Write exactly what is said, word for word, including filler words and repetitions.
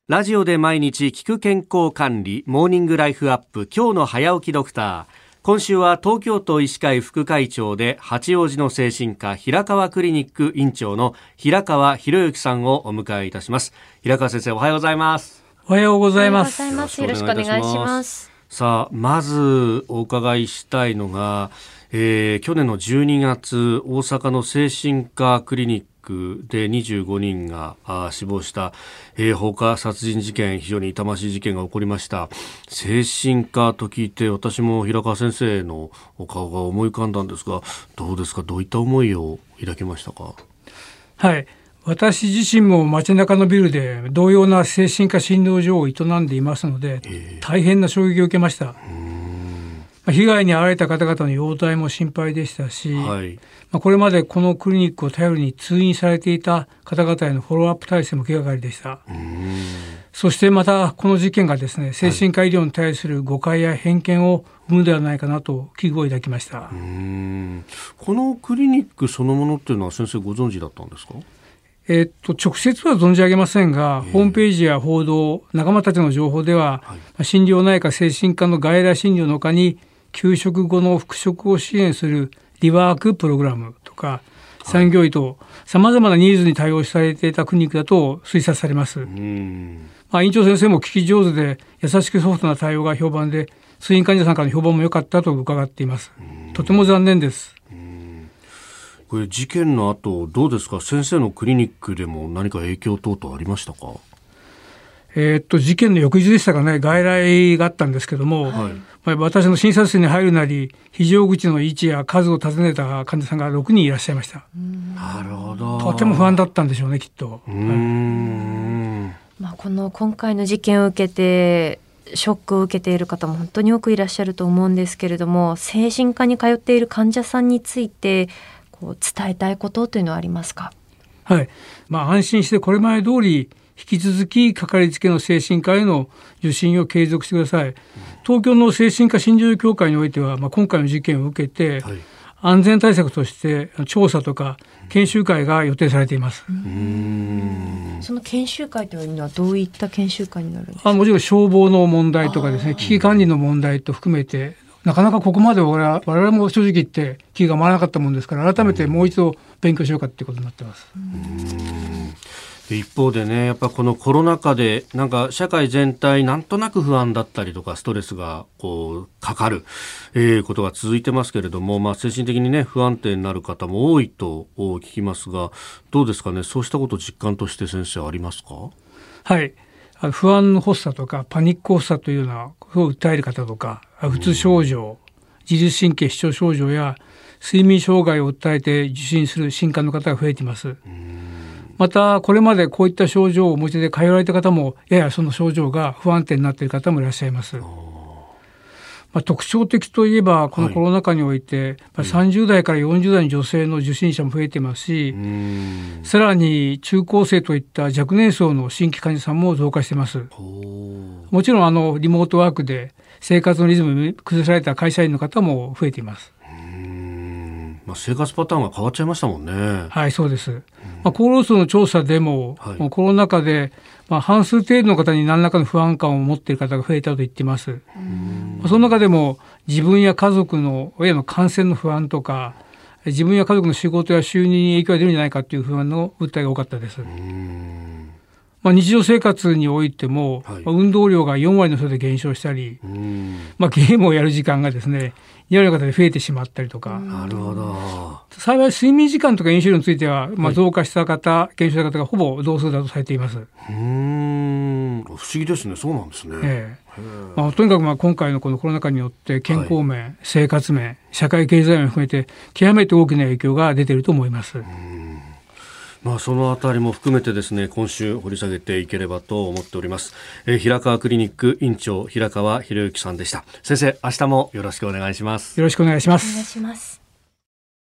ラジオで毎日聞く健康管理モーニングライフアップ、今日の早起きドクター。今週は東京都医師会副会長で八王子の精神科平川クリニック院長の平川博之さんをお迎えいたします。平川先生、おはようございます。 おはようございます。 よろしくお願いします。 さあ、まずお伺いしたいのが、えー、去年のじゅうにがつ、大阪の精神科クリニックでにじゅうごにんが死亡した、えー、放火殺人事件、非常に痛ましい事件が起こりました。精神科と聞いて私も平川先生のお顔が思い浮かんだんですが、どうですか、どういった思いを抱きましたか？ はい、私自身も街中のビルで同様な精神科診療所を営んでいますので、大変な衝撃を受けました。被害に遭われた方々の容体も心配でしたし、はい、まあ、これまでこのクリニックを頼りに通院されていた方々へのフォローアップ体制も気がかりでした。そしてまたこの事件がですね、精神科医療に対する誤解や偏見を生むのではないかなと危惧を抱きました。 うーん、このクリニックそのものっていうのは先生ご存知だったんですか？ えー、っと直接は存じ上げませんが、ホームページや報道、仲間たちの情報では、はい、心療内科精神科の外来診療の他に休職後の復職を支援するリワークプログラムとか、産業医とさまざまなニーズに対応されていたクリニックだと推察されます。うん、まあ、院長先生も聞き上手で優しくソフトな対応が評判で、通院患者さんからの評判も良かったと伺っています。とても残念です。 うん、これ事件の後どうですか、先生のクリニックでも何か影響等々ありましたか？ えー、っと事件の翌日でしたかね、外来があったんですけども、はい、まあ、私の診察室に入るなり非常口の位置や数を尋ねた患者さんがろくにんいらっしゃいました。 なるほど。 とても不安だったんでしょうね、きっと。 うーん、 はい、まあ、この今回の事件を受けてショックを受けている方も本当に多くいらっしゃると思うんですけれども、精神科に通っている患者さんについてこう伝えたいことというのはありますか？ はい、まあ、安心してこれまで通り引き続きかかりつけの精神科への受診を継続してください。東京の精神科診療協会においては、まあ、今回の事件を受けて、はい、安全対策として調査とか研修会が予定されています。うーん、その研修会というのはどういった研修会になるんですか？ あもちろん消防の問題とかですね、危機管理の問題と含めて、なかなかここまで我々、我々も正直言って気が回らなかったものですから、改めてもう一度勉強しようかということになっています。うーん、 一方でね、やっぱこのコロナ禍でなんか社会全体なんとなく不安だったりとかストレスがこうかかる、えー、ことが続いてますけれども、まあ、精神的にね不安定になる方も多いと聞きますが、どうですかね、そうしたこと実感として先生ありますか？ はい、不安の発作とかパニック発作というようなことを訴える方とか、うつ症状、自律神経失調症状や睡眠障害を訴えて受診する診患の方が増えています。うん、またこれまでこういった症状をお持ちで通われた方も、ややその症状が不安定になっている方もいらっしゃいます。まあ、特徴的といえばこのコロナ禍において、はい、さんじゅう代からよんじゅう代の女性の受診者も増えていますし、さらに中高生といった若年層の新規患者さんも増加しています。もちろんあのリモートワークで生活のリズム崩された会社員の方も増えています。 まあ、生活パターンが変わっちゃいましたもんね。 はい、そうです。まあ、厚労省の調査でも、はい、もうコロナ禍で、まあ、半数程度の方に何らかの不安感を持っている方が増えたと言っています。まあ、その中でも自分や家族の親の感染の不安とか、自分や家族の仕事や収入に影響が出るんじゃないかという不安の訴えが多かったです。うーん、まあ、日常生活においても、はい、まあ、運動量がよん割の人で減少したり、うーん、まあ、ゲームをやる時間がですねに割の方で増えてしまったりとか。 なるほど。 幸い睡眠時間とか飲酒量については、まあ、増加した方、はい、減少した方がほぼ同数だとされています。 うーん、不思議ですね。そうなんですね。 ええ、まあ、とにかくまあ今回のこのコロナ禍によって健康面、はい、生活面、社会経済面を含めて極めて大きな影響が出ていると思います。うーん、 まあ、そのあたりも含めてですね、今週掘り下げていければと思っております。えー、平川クリニック院長平川博之さんでした。先生、明日もよろしくお願いします。 よろしくお願いします。 お願いします。